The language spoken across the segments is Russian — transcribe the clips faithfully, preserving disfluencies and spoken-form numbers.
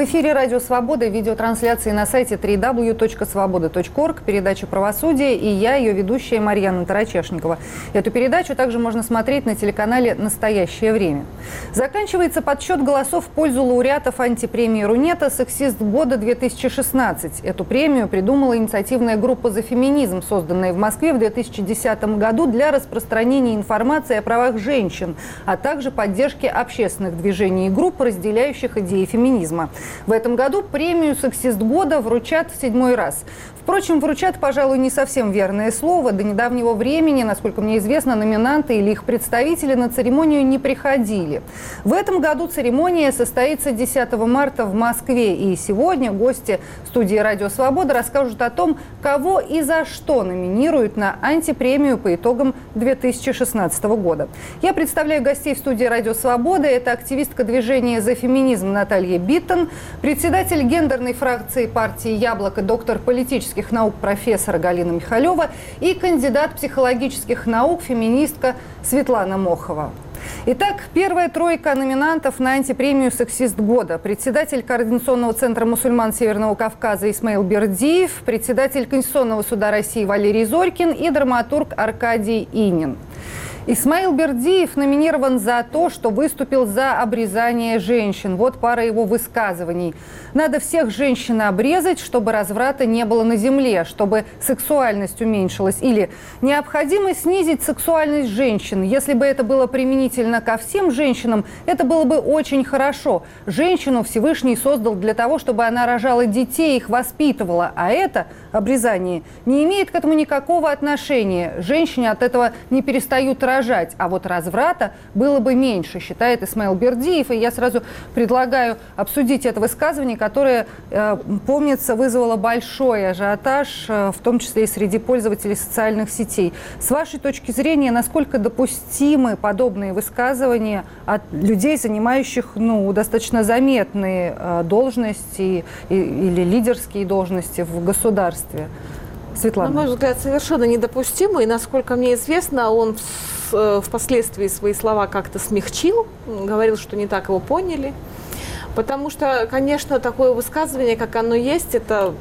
В эфире «Радио Свобода», видеотрансляции на сайте дабл ю дабл ю дабл ю точка свобода точка орг, передача «Правосудие», и я, ее ведущая Марьяна Тарачешникова. Эту передачу также можно смотреть на телеканале «Настоящее время». Заканчивается подсчет голосов в пользу лауреатов антипремии Рунета «Сексист года-две тысячи шестнадцать». Эту премию придумала инициативная группа «За феминизм», созданная в Москве в две тысячи десятом году для распространения информации о правах женщин, а также поддержки общественных движений и групп, разделяющих идеи феминизма. В этом году премию «Сексист года» вручат в седьмой раз. Впрочем, вручат, пожалуй, не совсем верное слово. До недавнего времени, насколько мне известно, номинанты или их представители на церемонию не приходили. В этом году церемония состоится десятого марта в Москве. И сегодня гости студии «Радио Свобода» расскажут о том, кого и за что номинируют на антипремию по итогам две тысячи шестнадцатого года. Я представляю гостей в студии «Радио Свобода». Это активистка движения «За феминизм» Наталья Биттон, председатель гендерной фракции партии «Яблоко», доктор политических наук профессор Галина Михалева и кандидат психологических наук, феминистка Светлана Мохова. Итак, первая тройка номинантов на антипремию «Сексист года». Председатель Координационного центра мусульман Северного Кавказа Исмаил Бердиев, председатель Конституционного суда России Валерий Зорькин и драматург Аркадий Инин. Исмаил Бердиев номинирован за то, что выступил за обрезание женщин. Вот пара его высказываний. Надо всех женщин обрезать, чтобы разврата не было на земле, чтобы сексуальность уменьшилась. Или необходимо снизить сексуальность женщин. Если бы это было применительно ко всем женщинам, это было бы очень хорошо. Женщину Всевышний создал для того, чтобы она рожала детей, их воспитывала. А это, обрезание, не имеет к этому никакого отношения. Женщины от этого не перестают рожать. Рожать, а вот разврата было бы меньше, считает Исмаил Бердиев. И я сразу предлагаю обсудить это высказывание, которое, э, помнится, вызвало большой ажиотаж, э, в том числе и среди пользователей социальных сетей. С вашей точки зрения, насколько допустимы подобные высказывания от людей, занимающих ну, достаточно заметные э, должности и, или лидерские должности в государстве? Светлана. На мой взгляд, совершенно недопустимо. И, насколько мне известно, он впоследствии свои слова как-то смягчил, говорил, что не так его поняли. Потому что, конечно, такое высказывание, как оно есть, это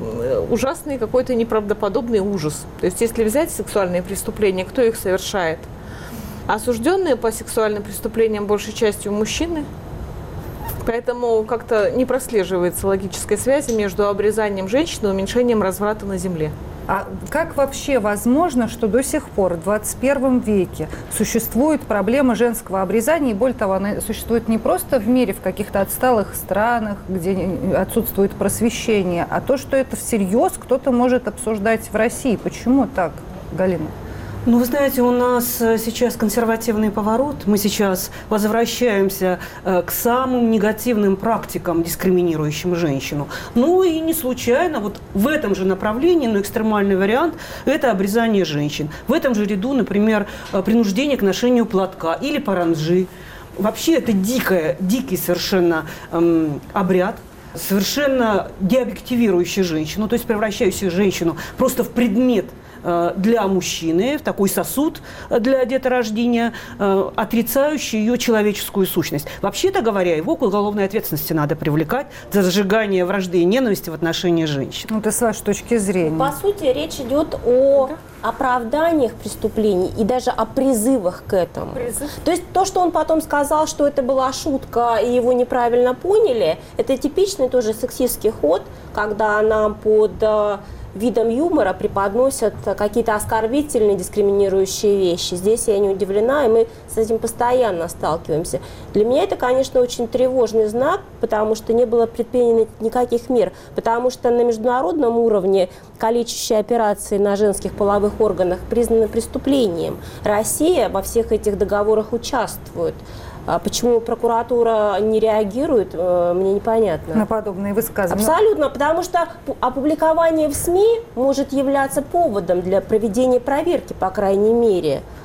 ужасный какой-то неправдоподобный ужас. То есть, если взять сексуальные преступления, кто их совершает? Осужденные по сексуальным преступлениям большей частью мужчины. Поэтому как-то не прослеживается логической связи между обрезанием женщин и уменьшением разврата на земле. А как вообще возможно, что до сих пор в двадцать первом веке существует проблема женского обрезания, и более того, она существует не просто в мире, в каких-то отсталых странах, где отсутствует просвещение, а то, что это всерьез кто-то может обсуждать в России. Почему так, Галина? Ну, вы знаете, у нас сейчас консервативный поворот. Мы сейчас возвращаемся к самым негативным практикам, дискриминирующим женщину. Ну и не случайно, вот в этом же направлении, но экстремальный вариант, это обрезание женщин. В этом же ряду, например, принуждение к ношению платка или паранджи. Вообще это дикое, дикий совершенно эм, обряд, совершенно деобъективирующий женщину, то есть превращающий женщину просто в предмет для мужчины, в такой сосуд для деторождения, отрицающий ее человеческую сущность. Вообще-то говоря, его к уголовной ответственности надо привлекать за зажигание вражды и ненависти в отношении женщин. Ну, это с вашей точки зрения. По сути, речь идет о оправданиях преступлений и даже о призывах к этому. Призыв. То есть то, что он потом сказал, что это была шутка и его неправильно поняли, это типичный тоже сексистский ход, когда нам под видом юмора преподносят какие-то оскорбительные, дискриминирующие вещи. Здесь я не удивлена, и мы с этим постоянно сталкиваемся. Для меня это, конечно, очень тревожный знак, потому что не было предпринято никаких мер, потому что на международном уровне калечащие операции на женских половых органах признаны преступлением. Россия во всех этих договорах участвует. Почему прокуратура не реагирует, мне непонятно. На подобные высказывания? Абсолютно, потому что опубликование в СМИ может являться поводом для проведения проверки, по крайней мере.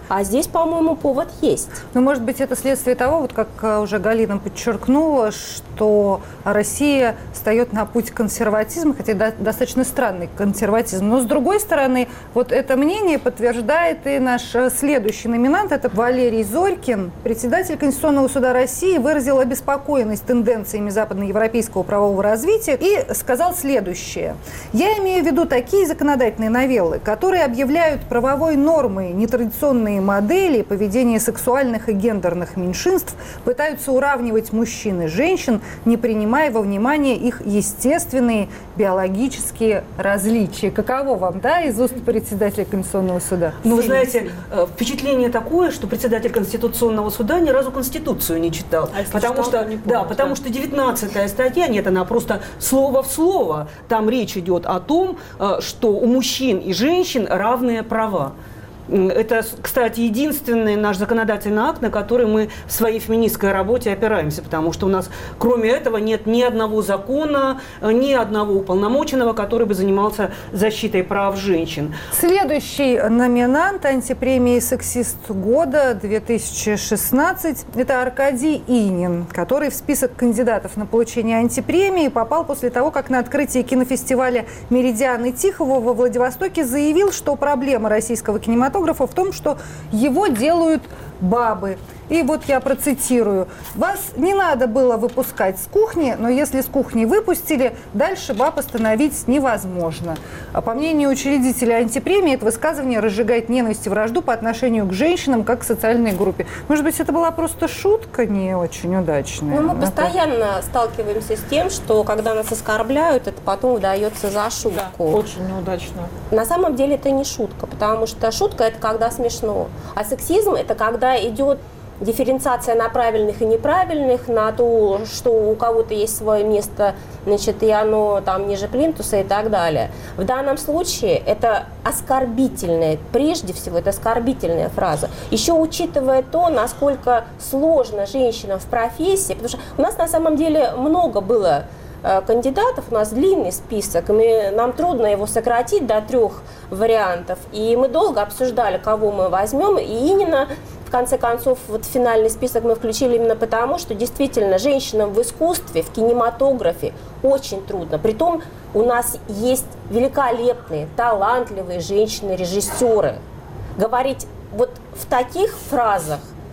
А здесь, по-моему, повод есть. Ну, может быть, это следствие того, вот как уже Галина подчеркнула, что Россия встает на путь консерватизма, хотя до, достаточно странный консерватизм. Но, с другой стороны, вот это мнение подтверждает и наш следующий номинант, это Валерий Зорькин, председатель Конституционного суда России, выразил обеспокоенность тенденциями западноевропейского правового развития и сказал следующее. «Я имею в виду такие законодательные новеллы, которые объявляют правовой нормой нетрадиционные модели поведения сексуальных и гендерных меньшинств, пытаются уравнивать мужчин и женщин, не принимая во внимание их естественные биологические различия». Каково вам, да, из уст председателя Конституционного суда? Ну, вы знаете, впечатление такое, что председатель Конституционного суда ни разу Конституцию не читал. А потому что, помню, да, потому да. что девятнадцатая статья, нет, она просто слово в слово. Там речь идет о том, что у мужчин и женщин равные права. Это, кстати, единственный наш законодательный акт, на который мы в своей феминистской работе опираемся, потому что у нас, кроме этого, нет ни одного закона, ни одного уполномоченного, который бы занимался защитой прав женщин. Следующий номинант антипремии «Сексист года» две тысячи шестнадцать – это Аркадий Инин, который в список кандидатов на получение антипремии попал после того, как на открытии кинофестиваля «Меридиан» и Тихого во Владивостоке заявил, что проблема российского кинематографа в том, что его делают бабы. И вот я процитирую. «Вас не надо было выпускать с кухни, но если с кухни выпустили, дальше баб остановить невозможно». А по мнению учредителя антипремии, это высказывание разжигает ненависть и вражду по отношению к женщинам, как к социальной группе. Может быть, это была просто шутка не очень удачная? Ну, мы постоянно сталкиваемся с тем, что когда нас оскорбляют, это потом выдается за шутку. Да, очень неудачно. На самом деле это не шутка, потому что шутка – это когда смешно. А сексизм – это когда идет дифференциация на правильных и неправильных, на то, что у кого-то есть свое место, значит, и оно там ниже плинтуса и так далее. В данном случае это оскорбительная, прежде всего, это оскорбительная фраза. Еще учитывая то, насколько сложно женщинам в профессии, потому что у нас на самом деле много было кандидатов, у нас длинный список, и мы, нам трудно его сократить до трех вариантов. И мы долго обсуждали, кого мы возьмем, и Инина, в конце концов, вот финальный список мы включили именно потому, что действительно женщинам в искусстве, в кинематографе очень трудно. Притом у нас есть великолепные, талантливые женщины-режиссеры. Говорить вот в таких фразах,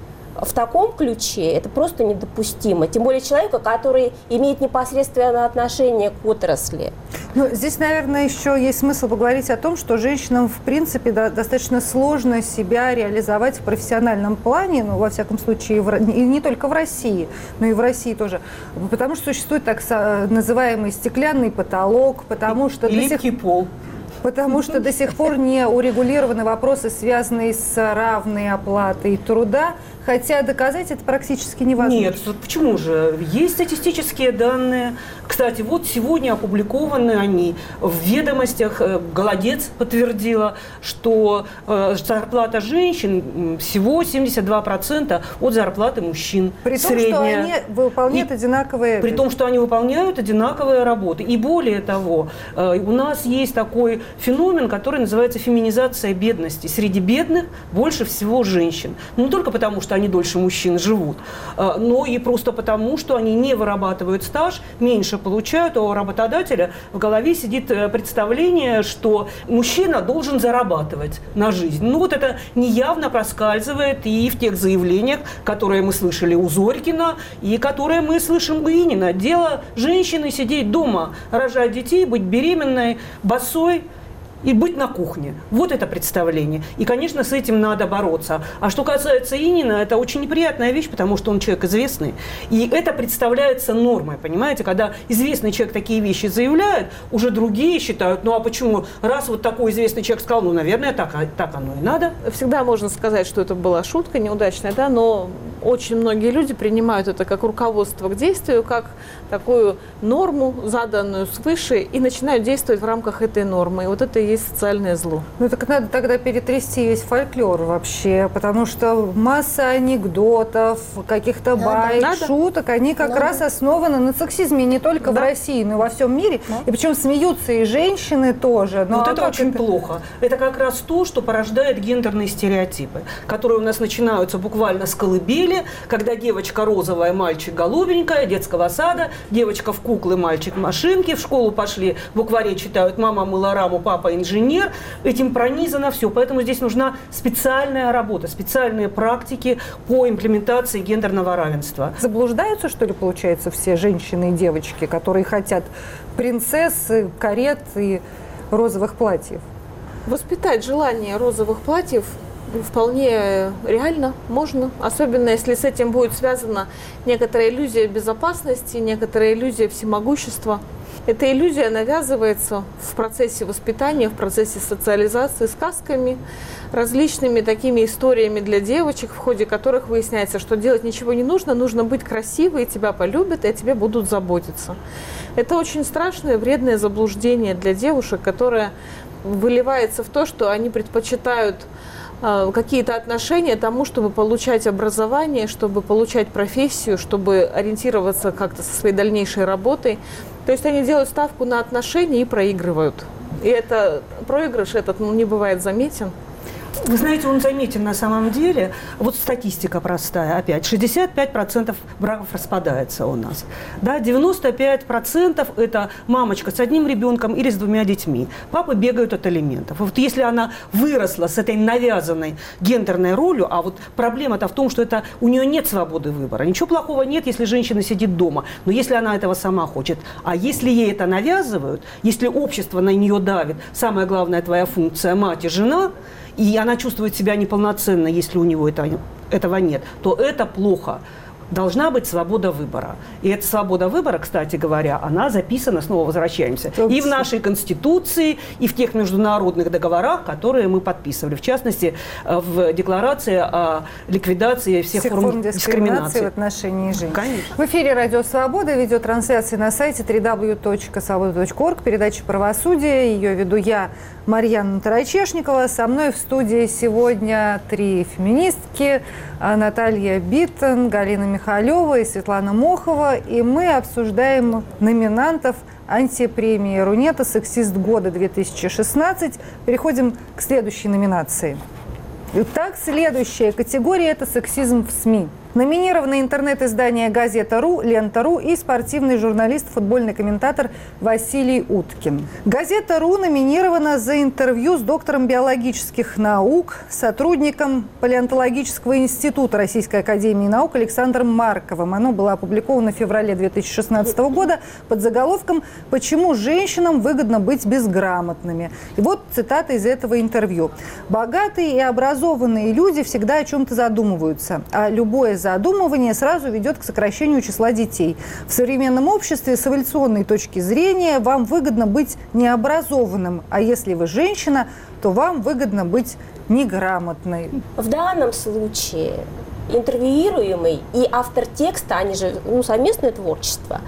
в таком ключе это просто недопустимо. Тем более человека, который имеет непосредственное отношение к отрасли. Ну, здесь, наверное, еще есть смысл поговорить о том, что женщинам, в принципе, да, достаточно сложно себя реализовать в профессиональном плане, ну, во всяком случае, в, и не только в России, но и в России тоже. Потому что существует так называемый стеклянный потолок, потому что... И липкий пол. Потому что до сих пор не урегулированы вопросы, связанные с равной оплатой труда, хотя доказать это практически невозможно. Нет, почему же? Есть статистические данные. Кстати, вот сегодня опубликованы они в «Ведомостях». «Голодец» подтвердила, что зарплата женщин всего семьдесят два процента от зарплаты мужчин. При том, Средняя. что они выполняют И, одинаковые... При том, что они выполняют одинаковые работы. И более того, у нас есть такой феномен, который называется феминизация бедности. Среди бедных больше всего женщин. Не только потому, что они дольше мужчин живут, но и просто потому, что они не вырабатывают стаж, меньше получают, а у работодателя в голове сидит представление, что мужчина должен зарабатывать на жизнь. Ну вот это неявно проскальзывает и в тех заявлениях, которые мы слышали у Зорькина, и которые мы слышим у Инина. Дело женщины сидеть дома, рожать детей, быть беременной, босой и быть на кухне. Вот это представление. И, конечно, с этим надо бороться. А что касается Инина, это очень неприятная вещь, потому что он человек известный. И это представляется нормой, понимаете? Когда известный человек такие вещи заявляет, уже другие считают, ну а почему? Раз вот такой известный человек сказал, ну, наверное, так, так оно и надо. Всегда можно сказать, что это была шутка неудачная, да, но очень многие люди принимают это как руководство к действию, как такую норму, заданную свыше, и начинают действовать в рамках этой нормы. И вот это и есть социальное зло. Ну так надо тогда перетрясти весь фольклор вообще, потому что масса анекдотов, каких-то баек, надо. шуток, они как Надо. раз основаны на сексизме не только Да. в России, но и во всем мире. Да. И причем смеются и женщины тоже. Но Вот а это как очень плохо. Это как раз то, что порождает гендерные стереотипы, которые у нас начинаются буквально с колыбели, когда девочка розовая, мальчик голубенькая, детского сада, девочка в куклы, мальчик в машинке, в школу пошли, в букваре читают «мама мыла раму, папа инженер». Этим пронизано все. Поэтому здесь нужна специальная работа, специальные практики по имплементации гендерного равенства. Заблуждаются, что ли, получается, все женщины и девочки, которые хотят принцессы, карет и розовых платьев? Воспитать желание розовых платьев вполне реально, можно. Особенно, если с этим будет связана некоторая иллюзия безопасности, некоторая иллюзия всемогущества. Эта иллюзия навязывается в процессе воспитания, в процессе социализации сказками, различными такими историями для девочек, в ходе которых выясняется, что делать ничего не нужно, нужно быть красивой, и тебя полюбят, и о тебе будут заботиться. Это очень страшное, вредное заблуждение для девушек, которое выливается в то, что они предпочитают э, какие-то отношения тому, чтобы получать образование, чтобы получать профессию, чтобы ориентироваться как-то со своей дальнейшей работой. То есть они делают ставку на отношения и проигрывают. И это проигрыш этот ну, не бывает заметен. Вы знаете, он заметен на самом деле. Вот статистика простая опять. шестьдесят пять процентов браков распадается у нас. Да, девяносто пять процентов это мамочка с одним ребенком или с двумя детьми. Папы бегают от алиментов. Вот если она выросла с этой навязанной гендерной ролью, а вот проблема-то в том, что это, у нее нет свободы выбора. Ничего плохого нет, если женщина сидит дома. Но если она этого сама хочет. А если ей это навязывают, если общество на нее давит, самая главная твоя функция – мать и жена, и она чувствует себя неполноценно, если у него это, этого нет, то это плохо. Должна быть свобода выбора. И эта свобода выбора, кстати говоря, она записана, снова возвращаемся, и в нашей Конституции, и в тех международных договорах, которые мы подписывали. В частности, в декларации о ликвидации всех, всех форм, форм дискриминации в отношении женщин. Конечно. В эфире «Радио Свобода», видеотрансляции на сайте дабл ю дабл ю дабл ю точка свобода точка орг, передача «Правосудие». Ее веду я, Марьяна Тарачешникова. Со мной в студии сегодня три феминистки: Наталья Биттон, Галина Михалева и Светлана Мохова. И мы обсуждаем номинантов антипремии Рунета «Сексист года две тысячи шестнадцать». Переходим к следующей номинации. Итак, следующая категория – это сексизм в СМИ. Номинированы интернет-издание «Газета.ру», «Лента.ру» и спортивный журналист, футбольный комментатор Василий Уткин. «Газета.ру» номинирована за интервью с доктором биологических наук, сотрудником Палеонтологического института Российской академии наук Александром Марковым. Оно было опубликовано в феврале две тысячи шестнадцатого года под заголовком «Почему женщинам выгодно быть безграмотными». И вот цитата из этого интервью. «Богатые и образованные люди всегда о чем-то задумываются, а любое задумывание сразу ведет к сокращению числа детей. В современном обществе с эволюционной точки зрения вам выгодно быть необразованным, а если вы женщина, то вам выгодно быть неграмотной». В данном случае интервьюируемый и автор текста, они же ну, совместное творчество,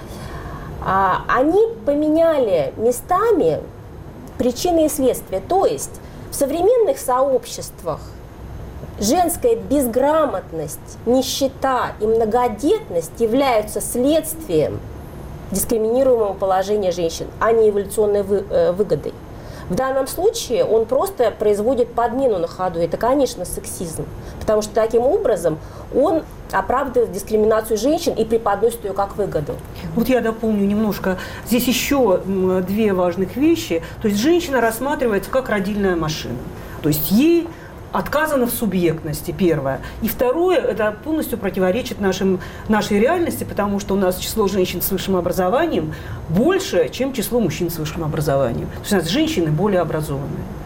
а, они поменяли местами причины и следствия. То есть в современных сообществах женская безграмотность, нищета и многодетность являются следствием дискриминируемого положения женщин, а не эволюционной вы, э, выгодой. В данном случае он просто производит подмену на ходу. Это, конечно, сексизм, потому что таким образом он оправдывает дискриминацию женщин и преподносит ее как выгоду. Вот я дополню немножко. Здесь еще две важных вещи. То есть женщина рассматривается как родильная машина. То есть ей отказано в субъектности, первое. И второе, это полностью противоречит нашим, нашей реальности, потому что у нас число женщин с высшим образованием больше, чем число мужчин с высшим образованием. То есть у нас женщины более образованные.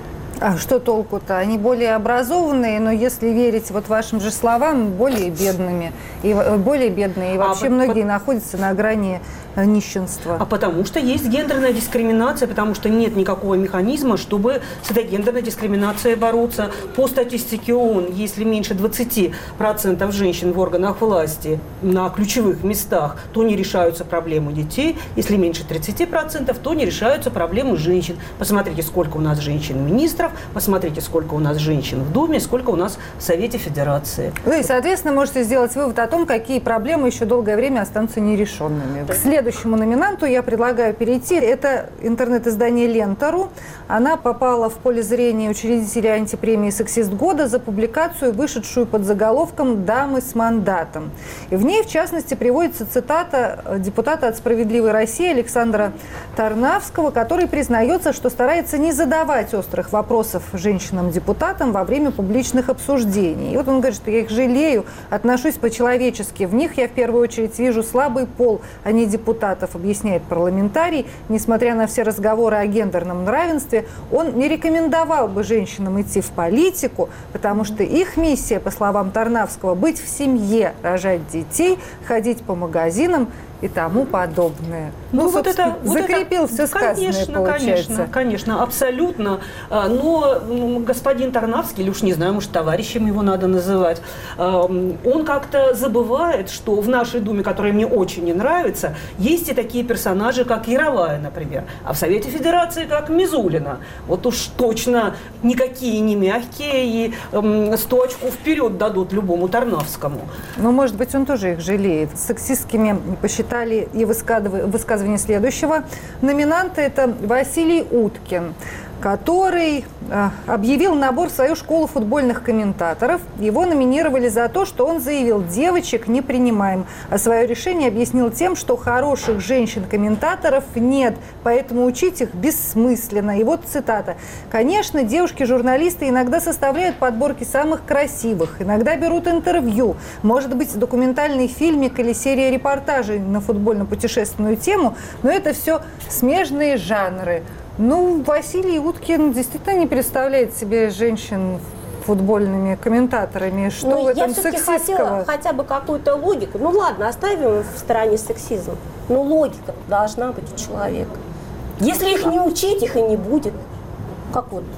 А что толку-то? Они более образованные, но если верить вот вашим же словам, более бедными. И, более бедные. И вообще а, многие по... находятся на грани нищенства. А потому что есть гендерная дискриминация, потому что нет никакого механизма, чтобы с этой гендерной дискриминацией бороться. По статистике ООН, если меньше двадцати процентов женщин в органах власти на ключевых местах, то не решаются проблемы детей. Если меньше тридцати процентов, то не решаются проблемы женщин. Посмотрите, сколько у нас женщин-министров, посмотрите, сколько у нас женщин в Думе, сколько у нас в Совете Федерации. Вы, соответственно, можете сделать вывод о том, какие проблемы еще долгое время останутся нерешенными. К следующему номинанту я предлагаю перейти. Это интернет-издание «Лента.ру». Она попала в поле зрения учредителей антипремии «Сексист года» за публикацию, вышедшую под заголовком «Дамы с мандатом». И в ней, в частности, приводится цитата депутата от «Справедливой России» Александра Тарнавского, который признается, что старается не задавать острых вопросов женщинам-депутатам во время публичных обсуждений. И вот он говорит, что я их жалею, отношусь по-человечески. В них я в первую очередь вижу слабый пол, а не депутатов, объясняет парламентарий. Несмотря на все разговоры о гендерном равенстве, он не рекомендовал бы женщинам идти в политику, потому что их миссия, по словам Тарнавского, быть в семье, рожать детей, ходить по магазинам и тому подобное. Ну, ну вот это закрепил вот это, все сказанное, конечно, получается. Конечно, конечно, абсолютно. Но господин Тарнавский, или уж не знаю, может, товарищем его надо называть, он как-то забывает, что в нашей Думе, которая мне очень не нравится, есть и такие персонажи, как Яровая, например, а в Совете Федерации как Мизулина. Вот уж точно никакие не мягкие, и сто очков вперед дадут любому Тарнавскому. Ну, может быть, он тоже их жалеет. Сексистскими посчитали и высказывание следующего номинанта. Это Василий Уткин, который э, объявил набор в свою школу футбольных комментаторов. Его номинировали за то, что он заявил, девочек не принимаем. А свое решение объяснил тем, что хороших женщин-комментаторов нет, поэтому учить их бессмысленно. И вот цитата. «Конечно, девушки-журналисты иногда составляют подборки самых красивых, иногда берут интервью. Может быть, документальный фильмик или серия репортажей на футбольно-путешественную тему, но это все смежные жанры». Ну, Василий Уткин действительно не представляет себе женщин футбольными комментаторами. Что ну, в этом я все-таки сексистского? Хотела хотя бы какую-то логику. Ну ладно, оставим в стороне сексизм. Но логика должна быть у человека. Если их не учить, их и не будет. Как вот?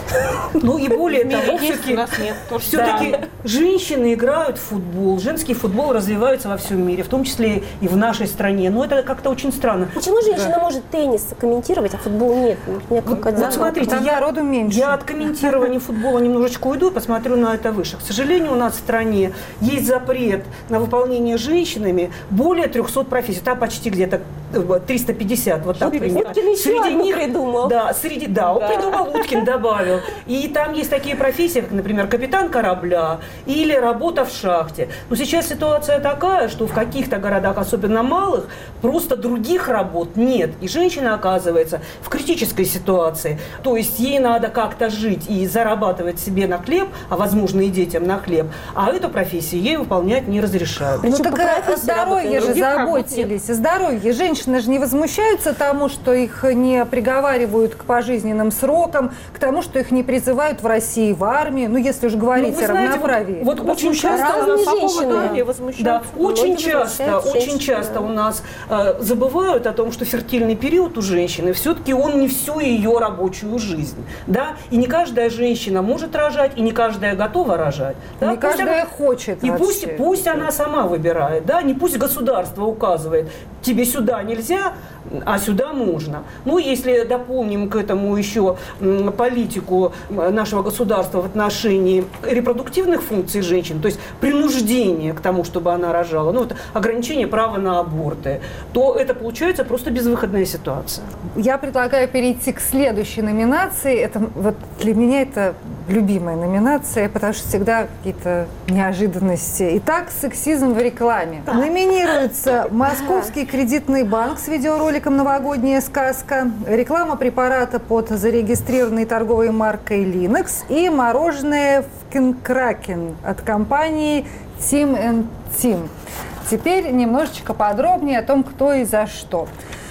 Ну и более того, все-таки, все-таки да. женщины играют в футбол, женский футбол развивается во всем мире, в том числе и в нашей стране. Но это как-то очень странно. Почему женщина да. может теннис комментировать, а футбол нет? Мне вот, вот смотрите, я, народу меньше. я от комментирования футбола немножечко уйду и посмотрю на это выше. К сожалению, у нас в стране есть запрет на выполнение женщинами более трехсот профессий. Там почти где-то триста пятьдесят, вот так примерно. Уткин еще среди них придумал. Да, среди, да, он да. придумал, Уткин добавил. И там есть такие профессии, как, например, капитан корабля или работа в шахте. Но сейчас ситуация такая, что в каких-то городах, особенно малых, просто других работ нет. И женщина оказывается в критической ситуации. То есть ей надо как-то жить и зарабатывать себе на хлеб, а возможно и детям на хлеб. А эту профессию ей выполнять не разрешают. Ну так о здоровье же заботились. О здоровье. Женщины же не возмущаются тому, что их не приговаривают к пожизненным срокам, к тому, что их не призывают в России в армию, ну, если уж говорить ну, о равноправии. Вот, вот очень часто у нас по поводу армии возмущаются. Да, очень часто, очень часто у нас э, забывают о том, что фертильный период у женщины все-таки он не всю ее рабочую жизнь, да, и не каждая женщина может рожать, и не каждая готова рожать. Да? Не пусть каждая она, хочет. И пусть, пусть она сама выбирает, да, не пусть государство указывает, тебе сюда нельзя, а сюда можно. Ну, если дополним к этому еще политику нашего государства в отношении репродуктивных функций женщин, то есть принуждение к тому, чтобы она рожала, ну, вот ограничение права на аборты, то это получается просто безвыходная ситуация. Я предлагаю перейти к следующей номинации. Это, вот для меня это любимая номинация, потому что всегда какие-то неожиданности. Итак, сексизм в рекламе. Да. Номинируется Московский кредитный банк с видеороликом «Новогодняя сказка», реклама препарата под зарегистрированной торговой маркой Linux и мороженое Вкинкракен от компании Team энд Team. Теперь немножечко подробнее о том, кто и за что.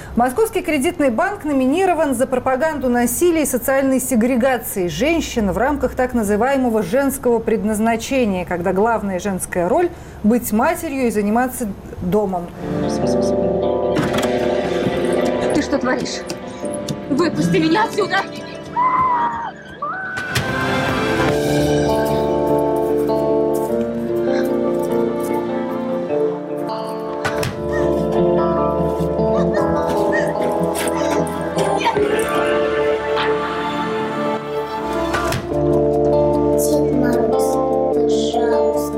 Московский кредитный банк номинирован за пропаганду насилия и социальной сегрегации женщин в рамках так называемого женского предназначения, когда главная женская роль – быть матерью и заниматься домом. Ты что творишь? Выпусти меня отсюда! Дед Мороз, пожалуйста,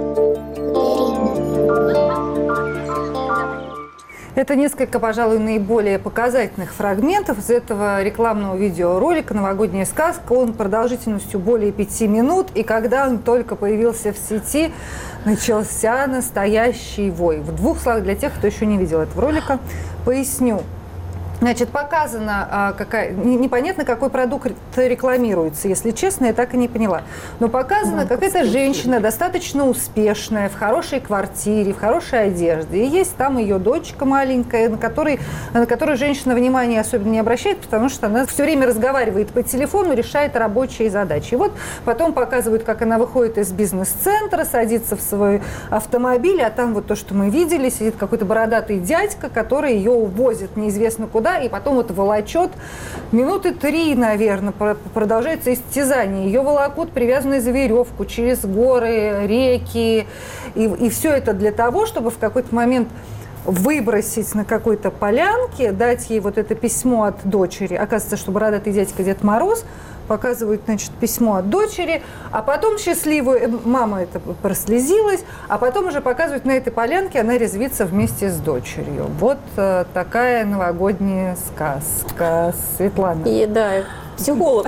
Это несколько, пожалуй, наиболее показательных фрагментов из этого рекламного видеоролика «Новогодняя сказка». Он продолжительностью более пяти минут, и когда он только появился в сети, начался настоящий вой. В двух словах для тех, кто еще не видел этого ролика, поясню. Значит, показано, а, какая, непонятно, какой продукт рекламируется, если честно, я так и не поняла. Но показано, какая-то женщина достаточно успешная, в хорошей квартире, в хорошей одежде. И есть там ее дочка маленькая, на которой, на которой женщина внимания особенно не обращает, потому что она все время разговаривает по телефону, решает рабочие задачи. И вот потом показывают, как она выходит из бизнес-центра, садится в свой автомобиль, а там вот то, что мы видели, сидит какой-то бородатый дядька, который ее увозит неизвестно куда, и потом вот волочет минуты три, наверное, продолжается истязание. Ее волокут, привязанные за веревку, через горы, реки. И, и все это для того, чтобы в какой-то момент выбросить на какой-то полянке, дать ей вот это письмо от дочери. Оказывается, что бородатый дядька Дед Мороз показывает, значит, письмо от дочери, а потом счастливую, мама это прослезилась, а потом уже показывают на этой полянке, она резвится вместе с дочерью. Вот э, такая новогодняя сказка. Светлана. И да, психолог,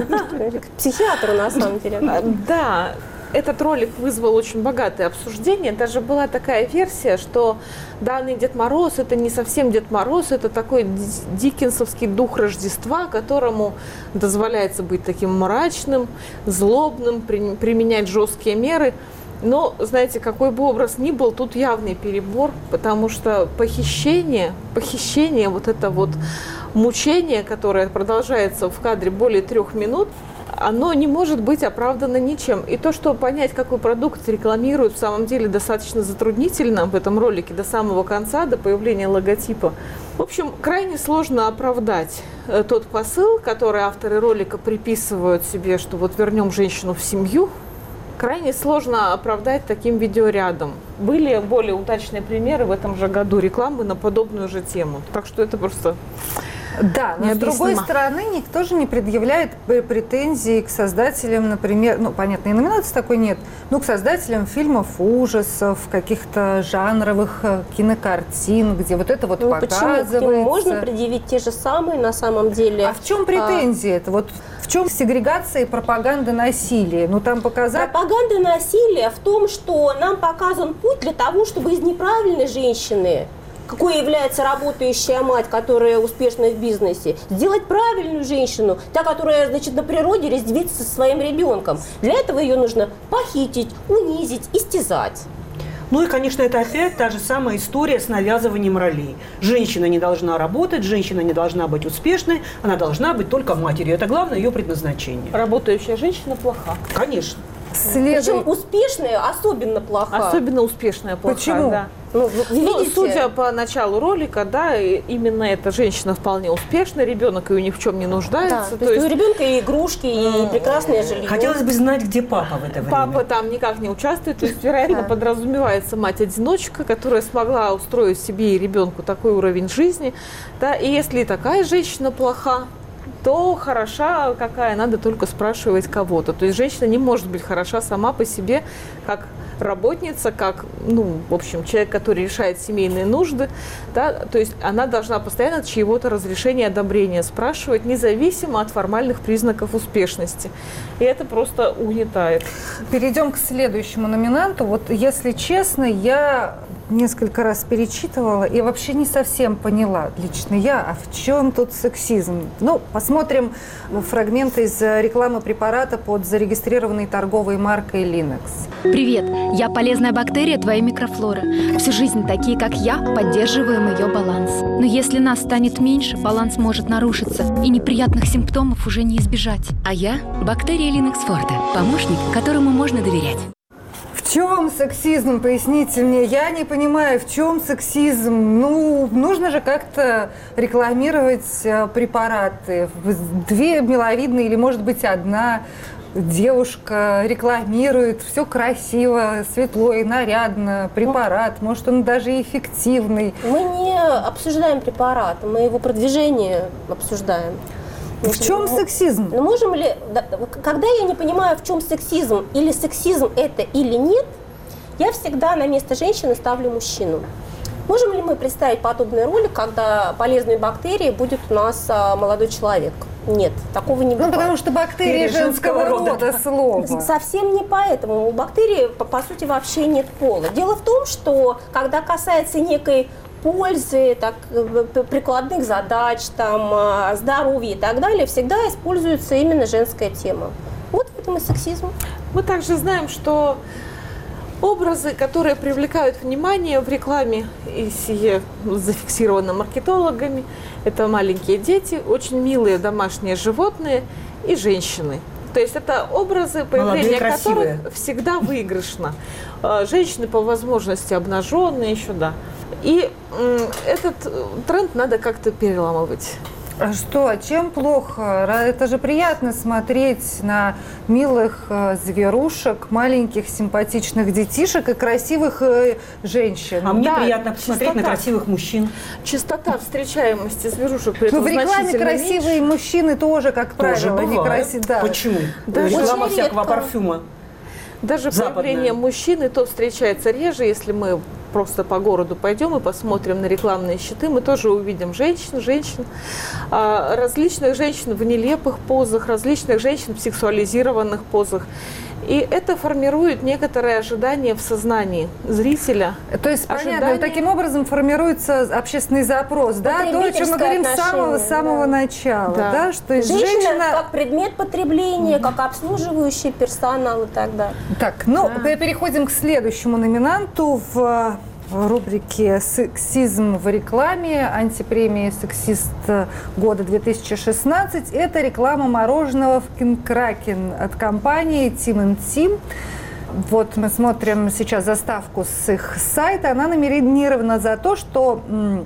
психиатр на самом деле. Да. Этот ролик вызвал очень богатое обсуждение. Даже была такая версия, что данный Дед Мороз – это не совсем Дед Мороз, это такой диккенсовский дух Рождества, которому дозволяется быть таким мрачным, злобным, при, применять жесткие меры. Но, знаете, какой бы образ ни был, тут явный перебор, потому что похищение, похищение, вот это вот мучение, которое продолжается в кадре более трех минут, оно не может быть оправдано ничем. И то, что понять, какой продукт рекламируют, в самом деле достаточно затруднительно в этом ролике до самого конца, до появления логотипа. В общем, крайне сложно оправдать тот посыл, который авторы ролика приписывают себе, что вот вернем женщину в семью. Крайне сложно оправдать таким видеорядом. Были более удачные примеры в этом же году рекламы на подобную же тему. Так что это просто... Да, но с другой стороны, никто же не предъявляет претензий к создателям, например, ну, понятно, и номинации такой нет, но к создателям фильмов ужасов, каких-то жанровых кинокартин, где вот это вот ну, показывается. Почему? Можно предъявить те же самые на самом деле. А в чем претензии а... это? Вот в чем сегрегация и пропаганда насилия? Ну, там показать... Пропаганда насилия в том, что нам показан путь для того, чтобы из неправильной женщины, какой является работающая мать, которая успешна в бизнесе, сделать правильную женщину, та, которая, значит, на природе резвится со своим ребенком. Для этого ее нужно похитить, унизить, истязать. Ну и, конечно, это опять та же самая история с навязыванием ролей. Женщина не должна работать, женщина не должна быть успешной, она должна быть только матерью. Это главное ее предназначение. Работающая женщина плоха. Конечно. Следует... Причем успешная особенно плоха. Особенно успешная плоха. Почему? Да. Ну, ну, судя по началу ролика, да, именно эта женщина вполне успешна, ребенок ее ни в чем не нуждается. Да, то, то есть у ребенка и игрушки, и прекрасное жилье. Хотелось бы знать, где папа в это время. Папа там никак не участвует, то есть, вероятно, подразумевается мать-одиночка, которая смогла устроить себе и ребенку такой уровень жизни. Да, и если такая женщина плоха, то хороша какая, надо только спрашивать кого-то. То есть женщина не может быть хороша сама по себе, как работница, как, ну, в общем, человек, который решает семейные нужды, да, то есть она должна постоянно чьего-то разрешения, одобрения спрашивать, независимо от формальных признаков успешности. И это просто угнетает. Перейдем к следующему номинанту. Вот, если честно, я несколько раз перечитывала и вообще не совсем поняла, лично я, а в чем тут сексизм? Ну, посмотрим фрагменты из рекламы препарата под зарегистрированной торговой маркой Linux. Привет, я полезная бактерия твоей микрофлоры. Всю жизнь такие, как я, поддерживаем ее баланс. Но если нас станет меньше, баланс может нарушиться, и неприятных симптомов уже не избежать. А я – бактерия Linux Forte, помощник, которому можно доверять. В чем сексизм? Поясните мне. Я не понимаю, в чем сексизм. Ну, нужно же как-то рекламировать препараты. Две миловидные или, может быть, одна девушка рекламирует. Все красиво, светло и нарядно. Препарат. Может, он даже эффективный. Мы не обсуждаем препарат, мы его продвижение обсуждаем. В чем сексизм? Ну, можем ли, когда я не понимаю, в чем сексизм, или сексизм это или нет, я всегда на место женщины ставлю мужчину. Можем ли мы представить подобный ролик, когда полезные бактерии будет у нас а, молодой человек? Нет, такого не бывает. Ну, потому что бактерии женского рода слово. Совсем не поэтому. У бактерий, по, по сути, вообще нет пола. Дело в том, что когда касается некой пользы, так, прикладных задач, там, здоровья и так далее, всегда используется именно женская тема. Вот в этом и сексизм. Мы также знаем, что образы, которые привлекают внимание в рекламе, и сие зафиксировано маркетологами, это маленькие дети, очень милые домашние животные и женщины. То есть это образы, появление которых всегда выигрышно. Женщины по возможности обнаженные еще, да. И этот тренд надо как-то переламывать. А что, чем плохо? Это же приятно смотреть на милых зверушек, маленьких симпатичных детишек и красивых женщин. А мне да, приятно посмотреть чистота. на красивых мужчин. Частота встречаемости зверушек при Но этом в рекламе значительно красивые меньше. мужчины тоже, как Тоже правило, не бывает. красивые. Да. Почему? Да, Реклама очень всякого редко. парфюма. Даже Западная. появление мужчины то встречается реже, если мы просто по городу пойдем и посмотрим на рекламные щиты, мы тоже увидим женщин, женщин, различных женщин в нелепых позах, различных женщин в сексуализированных позах. И это формирует некоторое ожидание в сознании зрителя. То есть, понятно, Ожидание. таким образом формируется общественный запрос, да, то, о чем мы говорим с самого, с самого да. начала, Да. да, что есть Женщина, женщина... как предмет потребления, как обслуживающий персонал и так далее. Так, ну, Да. переходим к следующему номинанту в рубрике «Сексизм в рекламе», антипремии «Сексист года две тысячи шестнадцать». Это реклама мороженого в Кинкракен от компании Тим энд Тим. Вот мы смотрим сейчас заставку с их сайта. Она номинирована за то, что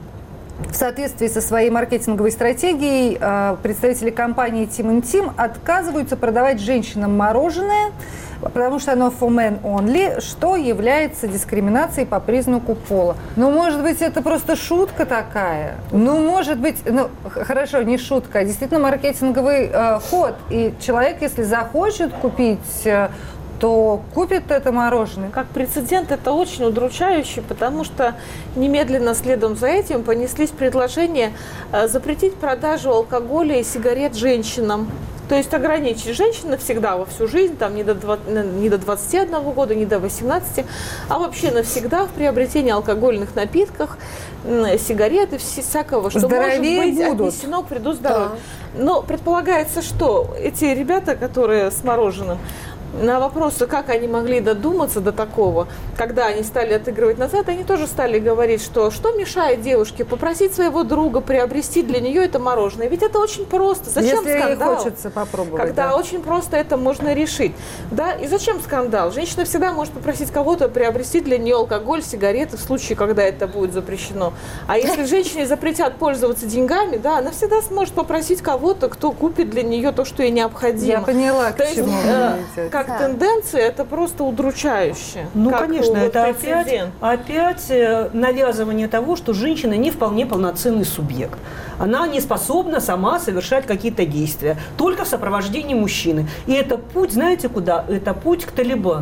в соответствии со своей маркетинговой стратегией представители компании Тим энд Тим отказываются продавать женщинам мороженое, потому что оно for men only, что является дискриминацией по признаку пола. Ну, может быть, это просто шутка такая? Ну, может быть, ну, хорошо, не шутка, а действительно маркетинговый э, ход. И человек, если захочет купить, э, то купит это мороженое. Как прецедент это очень удручающе, потому что немедленно следом за этим понеслись предложения э, запретить продажу алкоголя и сигарет женщинам. То есть ограничить женщин навсегда, во всю жизнь, там, не, до двадцати, не до двадцати одного года, не до восемнадцати, а вообще навсегда в приобретении алкогольных напитков, сигарет и всякого, что Здоровее может быть будут. отнесено к вреду здоровью. Да. Но предполагается, что эти ребята, которые с мороженым, на вопросы, как они могли додуматься до такого, когда они стали отыгрывать назад, они тоже стали говорить, что что мешает девушке попросить своего друга приобрести для нее это мороженое. Ведь это очень просто. Зачем Если скандал? ей хочется попробовать. Когда да. очень просто это можно решить. Да? И зачем скандал? Женщина всегда может попросить кого-то приобрести для нее алкоголь, сигареты в случае, когда это будет запрещено. А если женщине запретят пользоваться деньгами, да, она всегда сможет попросить кого-то, кто купит для нее то, что ей необходимо. Я поняла, к То есть, чему вы э, идете. как тенденция, это просто удручающе. Ну, как, конечно, вот, это опять, прецедент. опять э, навязывание того, что женщина не вполне полноценный субъект. Она не способна сама совершать какие-то действия, только в сопровождении мужчины. И это путь, знаете куда? Это путь к Талибану.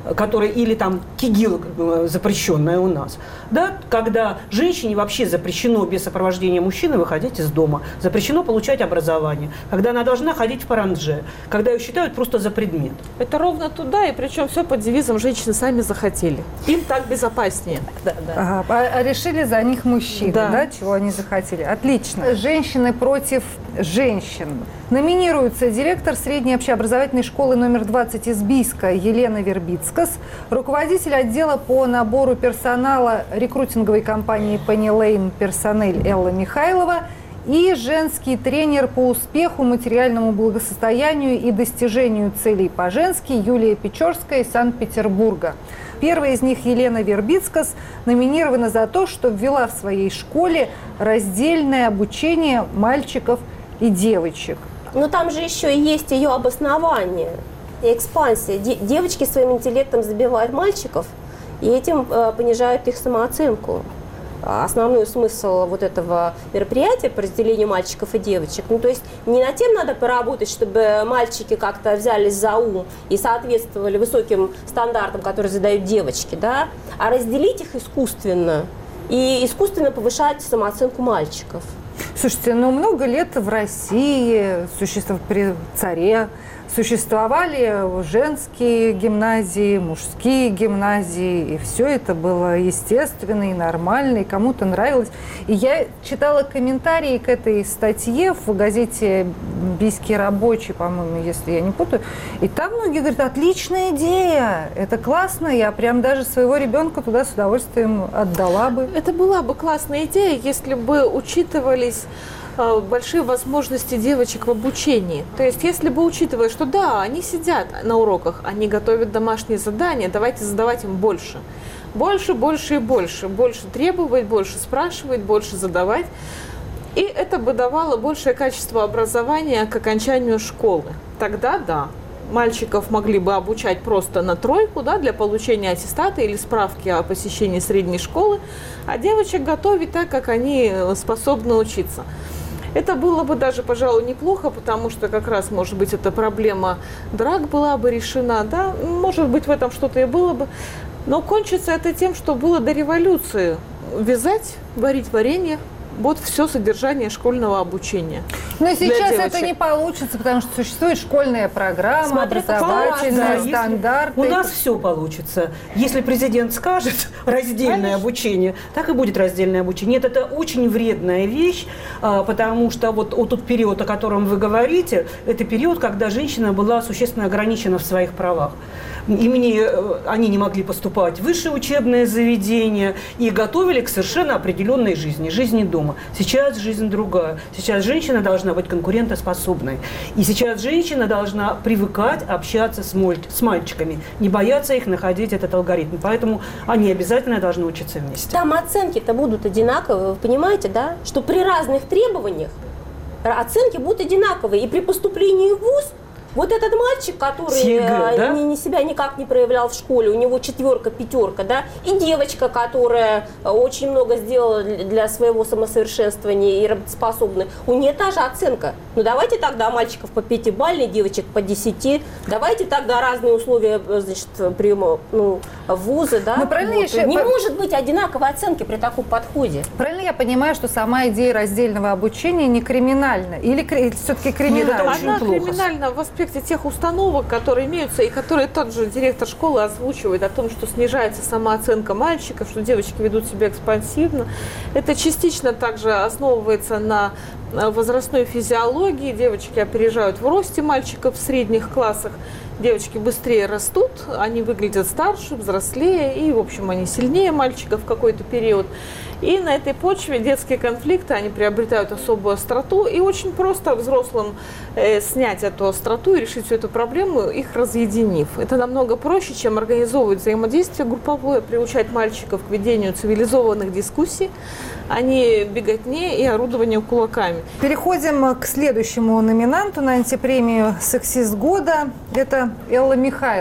которая, или там кигил, запрещенная у нас, да, когда женщине вообще запрещено без сопровождения мужчины выходить из дома, запрещено получать образование, когда она должна ходить в парандже, когда ее считают просто за предмет. Это ровно туда, и причем все под девизом «женщины сами захотели». Им так безопаснее. Да, да. Ага, а, а решили за них мужчины, да. Да. да, чего они захотели. Отлично. Женщины против женщин. Номинируется директор средней общеобразовательной школы номер двадцать из Бийска Елена Вербицкас, руководитель отдела по набору персонала рекрутинговой компании Penny Lane Personnel Элла Михайлова и женский тренер по успеху, материальному благосостоянию и достижению целей по-женски Юлия Печорская из Санкт-Петербурга. Первая из них, Елена Вербицкас, номинирована за то, что ввела в своей школе раздельное обучение мальчиков и девочек. Но там же еще и есть ее обоснование, и экспансия. Де- девочки своим интеллектом забивают мальчиков, и этим э, понижают их самооценку. Основной смысл вот этого мероприятия по разделению мальчиков и девочек, ну то есть не над тем надо поработать, чтобы мальчики как-то взялись за ум и соответствовали высоким стандартам, которые задают девочки, да, а разделить их искусственно и искусственно повышать самооценку мальчиков. Слушайте, ну много лет в России, существ... при царе, существовали женские гимназии, мужские гимназии, и все это было естественно и нормально, и кому-то нравилось. И я читала комментарии к этой статье в газете «Бийский рабочий», по-моему, если я не путаю, и там многие говорят: отличная идея, это классно, я прям даже своего ребенка туда с удовольствием отдала бы. Это была бы классная идея, если бы учитывались большие возможности девочек в обучении. То есть, если бы учитывать, что да, они сидят на уроках, они готовят домашние задания, давайте задавать им больше. Больше, больше и больше. Больше требовать, больше спрашивать, больше задавать. И это бы давало большее качество образования к окончанию школы. Тогда да, мальчиков могли бы обучать просто на тройку, да, для получения аттестата или справки о посещении средней школы, а девочек готовить так, как они способны учиться. Это было бы даже, пожалуй, неплохо, потому что как раз, может быть, эта проблема драк была бы решена, да, может быть, в этом что-то и было бы. Но кончится это тем, что было до революции. Вязать, варить варенье, вот все содержание школьного обучения. Но сейчас это не получится, потому что существует школьная программа, Смотри, образовательные да, стандарты. У нас все получится. Если президент скажет раздельное Конечно. обучение, так и будет раздельное обучение. Нет, это очень вредная вещь, потому что вот, вот тот период, о котором вы говорите, это период, когда женщина была существенно ограничена в своих правах. Имени, они не могли поступать в высшее учебное заведение и готовили к совершенно определенной жизни, жизни дома. Сейчас жизнь другая. Сейчас женщина должна быть конкурентоспособной. И сейчас женщина должна привыкать общаться с, моль... с мальчиками, не бояться их находить, этот алгоритм. Поэтому они обязательно должны учиться вместе. Там оценки-то будут одинаковые, вы понимаете, да? Что при разных требованиях оценки будут одинаковые. И при поступлении в вуз вот этот мальчик, который ЕГЭ, да? не, не себя никак не проявлял в школе, у него четверка, пятерка, да, и девочка, которая очень много сделала для своего самосовершенствования и работоспособна, у нее та же оценка. Ну давайте тогда мальчиков по пятибалльной, девочек по десяти, давайте тогда разные условия, значит, приема, ну, в вузы, да. Ну, правильно вот. я Не по... может быть одинаковой оценки при таком подходе. Правильно я понимаю, что сама идея раздельного обучения не криминальна? Или кри... все-таки криминальна? Нет, это очень Она плохо. криминальна в аспекте тех установок, которые имеются, и которые тот же директор школы озвучивает о том, что снижается самооценка мальчиков, что девочки ведут себя экспансивно. Это частично также основывается на возрастной физиологии. Девочки опережают в росте мальчиков в средних классах. Девочки быстрее растут, они выглядят старше, взрослее, и, в общем, они сильнее мальчиков в какой-то период. И на этой почве детские конфликты, они приобретают особую остроту, и очень просто взрослым э, снять эту остроту и решить всю эту проблему, их разъединив. Это намного проще, чем организовывать взаимодействие групповое, приучать мальчиков к ведению цивилизованных дискуссий, а не беготне и орудованию кулаками. Переходим к следующему номинанту на антипремию «Сексист года». Это Элла Михайлова.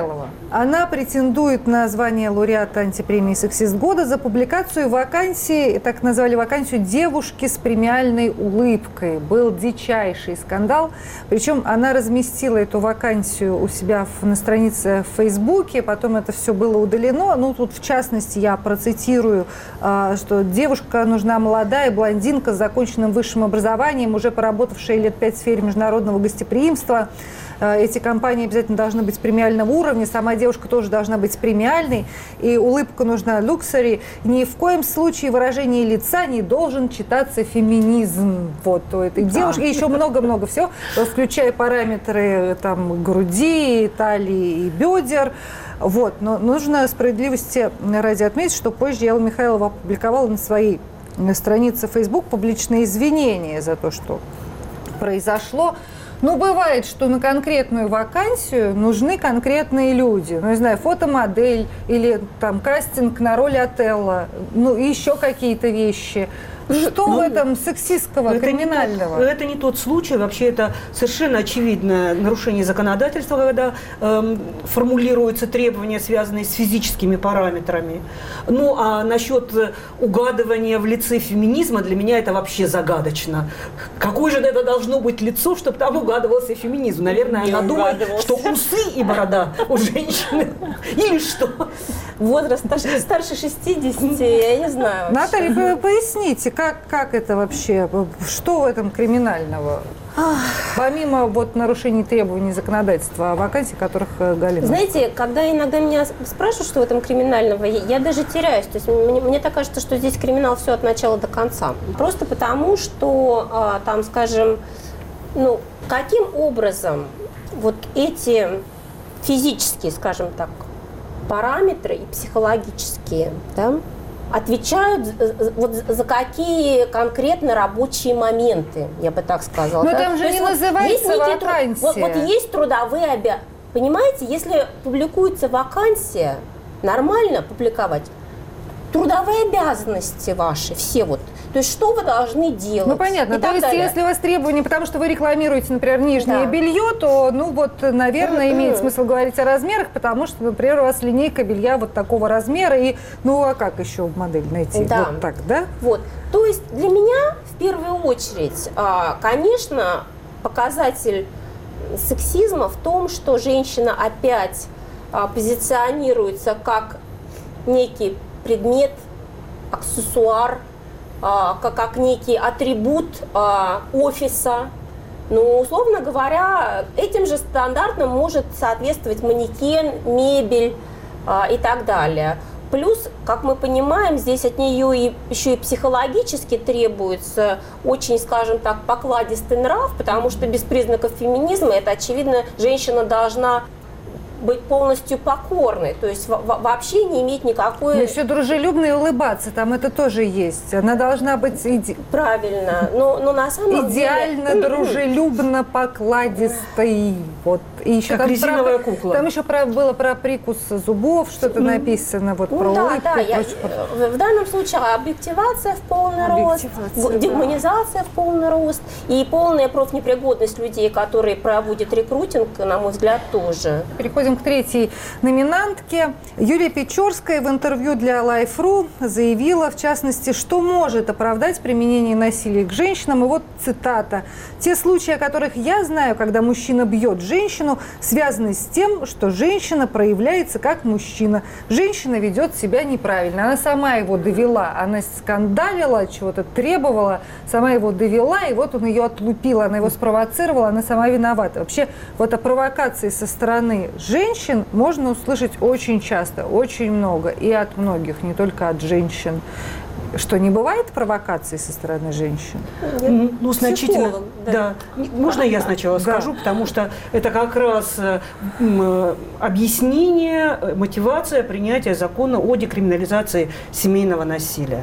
Она претендует на звание лауреата антипремии «Сексист года» за публикацию вакансии, так назвали вакансию, девушки с премиальной улыбкой. Был дичайший скандал. Причем она разместила эту вакансию у себя на странице в Фейсбуке, потом это все было удалено. Ну, тут, в частности, я процитирую, что девушка нужна молодая, блондинка с законченным высшим образованием, уже поработавшая лет пять в сфере международного гостеприимства. Эти компании обязательно должны быть премиального уровня, сама девушка тоже должна быть премиальной, и улыбка нужна люксери. Ни в коем случае выражение лица не должен читаться феминизм вот у этой да. девушки. И еще много-много всего, включая параметры там, груди, талии и бедер. Вот. Но нужно справедливости ради отметить, что позже Элла Михайлова опубликовала на своей странице Facebook публичные извинения за то, что произошло. Ну, бывает, что на конкретную вакансию нужны конкретные люди. Ну, не знаю, фотомодель или там кастинг на роль Отелло, ну, и еще какие-то вещи. Что ну, в этом сексистского, это криминального? Не тот, это не тот случай. Вообще это совершенно очевидное нарушение законодательства, когда э, формулируются требования, связанные с физическими параметрами. Ну, а насчет угадывания в лице феминизма для меня это вообще загадочно. Какое же это должно быть лицо, чтобы там угадывался феминизм? Наверное, не она думает, что усы и борода у женщины. Или что? Возраст старше шестидесяти, я не знаю. Наталья, поясните, как, как это вообще, что в этом криминального? Помимо вот нарушений требований законодательства о вакансии, которых Галина. Знаете, когда иногда меня спрашивают, что в этом криминального, я, я даже теряюсь. То есть мне, мне так кажется, что здесь криминал все от начала до конца. Просто потому, что там, скажем, ну, каким образом вот эти физические, скажем так, параметры и психологические, да, отвечают вот за какие конкретно рабочие моменты, я бы так сказала. Но да? там же То не вот называется вакансия. Вот, вот есть трудовые обязанности. Понимаете, если публикуется вакансия, нормально публиковать трудовые обязанности ваши, все вот. То есть, что вы должны делать? Ну, понятно. То есть, далее. Если у вас требования, потому что вы рекламируете, например, нижнее да. белье, то, ну, вот, наверное, имеет смысл говорить о размерах, потому что, например, у вас линейка белья вот такого размера, и, ну, а как еще модель найти? Да. Вот так, да? Вот. То есть, для меня, в первую очередь, конечно, показатель сексизма в том, что женщина опять позиционируется как некий предмет, аксессуар, Как, как некий атрибут а, офиса. Ну, условно говоря, этим же стандартам может соответствовать манекен, мебель а, и так далее. Плюс, как мы понимаем, здесь от нее и, еще и психологически требуется очень, скажем так, покладистый нрав, потому что без признаков феминизма это, очевидно, женщина должна быть полностью покорной, то есть вообще не иметь никакой... Но еще дружелюбно и улыбаться, там это тоже есть. Она должна быть... Иде... Правильно, но, но на самом идеально, деле... дружелюбно, покладистой. Вот. И еще как там резиновая про... кукла. Там еще про... было про прикус зубов, что-то mm. написано, вот, ну, про да, улыбку. Да, я... В данном случае объективация в полный рост, дегуманизация да. в полный рост и полная профнепригодность людей, которые проводят рекрутинг, на мой взгляд, тоже. Переходим к третьей номинантке. Юлия Печорская в интервью для Life точка ру заявила, в частности, что может оправдать применение насилия к женщинам. И вот цитата. «Те случаи, о которых я знаю, когда мужчина бьет женщину, связаны с тем, что женщина проявляется как мужчина. Женщина ведет себя неправильно. Она сама его довела. Она скандалила, чего-то требовала, сама его довела, и вот он ее отлупил. Она его спровоцировала, она сама виновата». Вообще, вот о провокации со стороны женщин можно услышать очень часто, очень много, и от многих, не только от женщин. Что, не бывает провокаций со стороны женщин? Нет, ну, значительно. Да. Да. Можно я сначала да. скажу, потому что это как раз э, объяснение, мотивация принятия закона о декриминализации семейного насилия.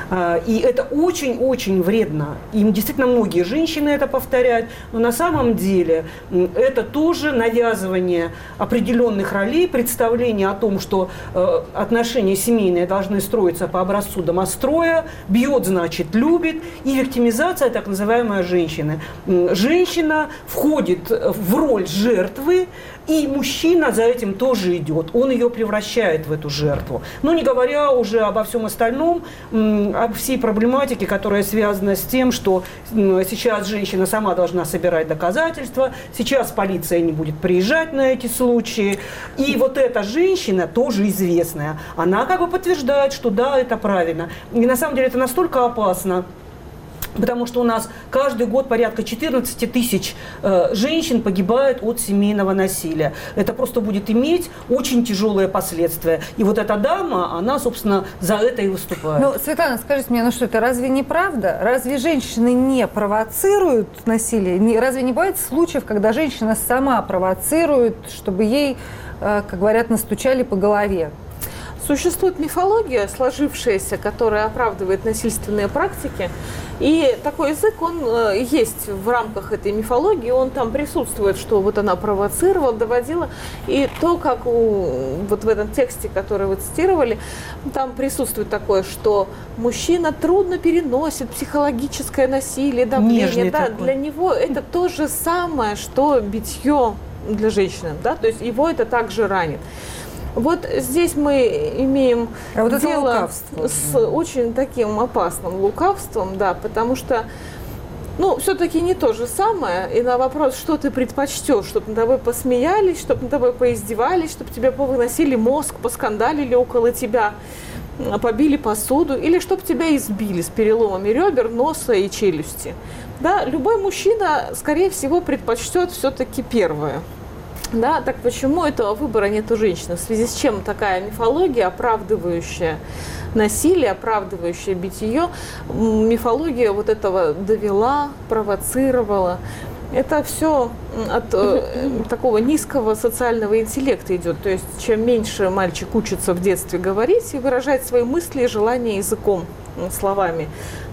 И это очень-очень вредно. Им действительно многие женщины это повторяют. Но на самом деле это тоже навязывание определенных ролей, представление о том, что отношения семейные должны строиться по образцу домостроя. Бьет, значит, любит. И виктимизация так называемой женщины. Женщина входит в роль жертвы И мужчина за этим тоже идет, он ее превращает в эту жертву. Ну, не говоря уже обо всем остальном, об всей проблематике, которая связана с тем, что сейчас женщина сама должна собирать доказательства, сейчас полиция не будет приезжать на эти случаи. И вот эта женщина, тоже известная, она как бы подтверждает, что да, это правильно. И на самом деле это настолько опасно, потому что у нас каждый год порядка четырнадцать тысяч э, женщин погибают от семейного насилия. Это просто будет иметь очень тяжелые последствия. И вот эта дама, она, собственно, за это и выступает. Ну, Светлана, скажите мне, ну что это, разве не правда? Разве женщины не провоцируют насилие? Не, разве не бывает случаев, когда женщина сама провоцирует, чтобы ей, э, как говорят, настучали по голове? Существует мифология, сложившаяся, которая оправдывает насильственные практики. И такой язык, он э, есть в рамках этой мифологии, он там присутствует, что вот она провоцировала, доводила. И то, как у, вот в этом тексте, который вы цитировали, там присутствует такое, что мужчина трудно переносит психологическое насилие, давление. Да, для него это то же самое, что битье для женщины. Да? То есть его это также ранит. Вот здесь мы имеем а вот дело с очень таким опасным лукавством, да, потому что, ну, все-таки не то же самое. И на вопрос, что ты предпочтешь, чтобы над тобой посмеялись, чтобы над тобой поиздевались, чтобы тебе повыносили мозг, поскандалили около тебя, побили посуду, или чтобы тебя избили с переломами ребер, носа и челюсти. Да, любой мужчина, скорее всего, предпочтет все-таки первое. Да, так почему этого выбора нет у женщины? В связи с чем такая мифология, оправдывающая насилие, оправдывающая битье, мифология вот этого довела, провоцировала. Это все от э, такого низкого социального интеллекта идет. То есть чем меньше мальчик учится в детстве говорить и выражать свои мысли и желания языком, словами,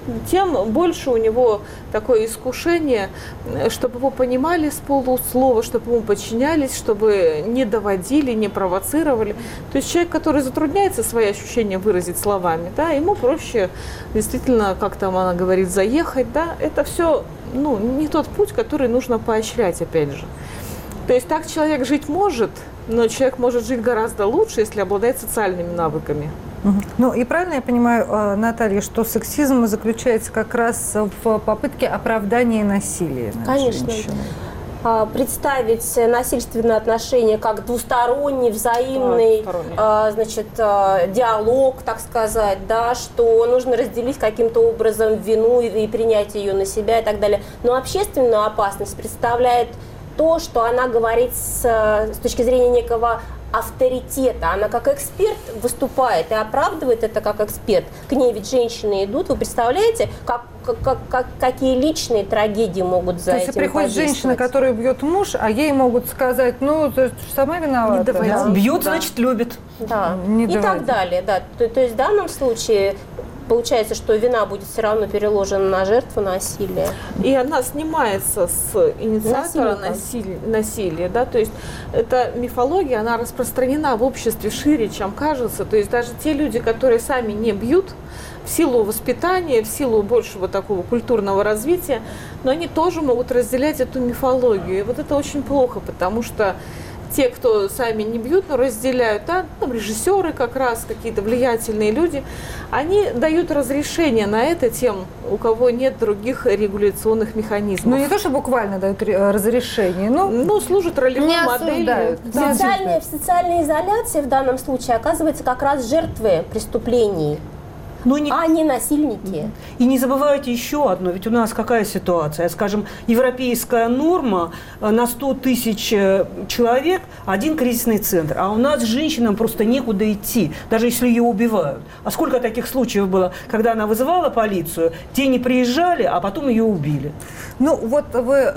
тем больше у него такое искушение, чтобы его понимали с полуслова, чтобы ему подчинялись, чтобы не доводили, не провоцировали. То есть человек, который затрудняется свои ощущения выразить словами, да, ему проще действительно, как там она говорит, заехать, да, это все, ну, не тот путь, который нужно поощрять, опять же. То есть так человек жить может, но человек может жить гораздо лучше, если обладает социальными навыками. Ну и правильно я понимаю, Наталья, что сексизм заключается как раз в попытке оправдания насилия над Конечно. женщиной? Представить насильственные отношения как двусторонний, взаимный, да, значит, диалог, так сказать, да, что нужно разделить каким-то образом вину и принять ее на себя и так далее. Но общественную опасность представляет то, что она говорит с, с точки зрения некого авторитета. Она как эксперт выступает и оправдывает это как эксперт. К ней ведь женщины идут. Вы представляете, как, как, как, какие личные трагедии могут за то этим есть приходит женщина, которая бьет муж, а ей могут сказать, ну, ты сама виновата. Да. Бьет, да. Значит, любит. Да. Не и доводит. так далее. Да. То, то есть в данном случае получается, что вина будет все равно переложена на жертву насилия. И она снимается с инициатора насилия, насилия, да, то есть эта мифология, она распространена в обществе шире, чем кажется, то есть даже те люди, которые сами не бьют, в силу воспитания, в силу большего такого культурного развития, но они тоже могут разделять эту мифологию, и вот это очень плохо, потому что те, кто сами не бьют, но разделяют, да, там режиссеры как раз, какие-то влиятельные люди, они дают разрешение на это тем, у кого нет других регуляционных механизмов. Ну, не то, что буквально дают разрешение, но... Ну, служат ролевой не моделью. Да. Социальная, в социальной изоляции в данном случае оказывается как раз жертвы преступлений. Но не... А не насильники. И не забывайте еще одно, ведь у нас какая ситуация? Скажем, европейская норма на сто тысяч человек один кризисный центр, а у нас женщинам просто некуда идти, даже если ее убивают. А сколько таких случаев было, когда она вызывала полицию, те не приезжали, а потом ее убили? Ну, вот вы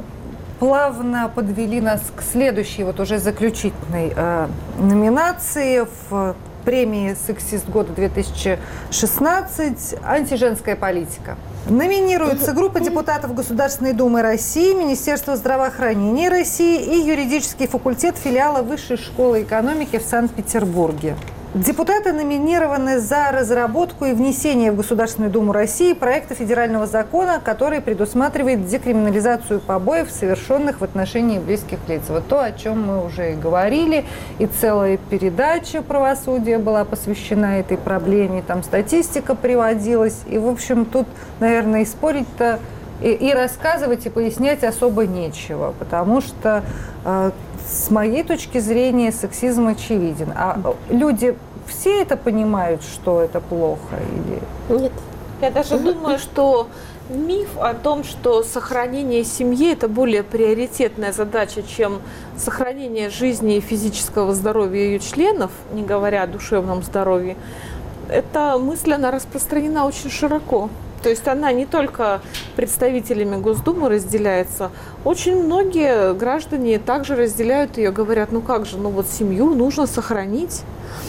плавно подвели нас к следующей, вот уже заключительной э, номинации в премии «Сексист года две тысячи шестнадцать» «Антиженская политика». Номинируется группа депутатов Государственной Думы России, Министерство здравоохранения России и юридический факультет филиала Высшей школы экономики в Санкт-Петербурге. Депутаты номинированы за разработку и внесение в Государственную Думу России проекта федерального закона, который предусматривает декриминализацию побоев, совершенных в отношении близких лиц. Вот то, о чем мы уже и говорили, и целая передача «Правосудие» была посвящена этой проблеме, там статистика приводилась, и, в общем, тут, наверное, и спорить-то, и, и рассказывать, и пояснять особо нечего, потому что э, с моей точки зрения сексизм очевиден. А люди все это понимают, что это плохо? Или... Нет. Я даже думаю, что миф о том, что сохранение семьи – это более приоритетная задача, чем сохранение жизни и физического здоровья ее членов, не говоря о душевном здоровье, эта мысль, она распространена очень широко. То есть она не только представителями Госдумы разделяется, очень многие граждане также разделяют ее, говорят, ну как же, ну вот семью нужно сохранить.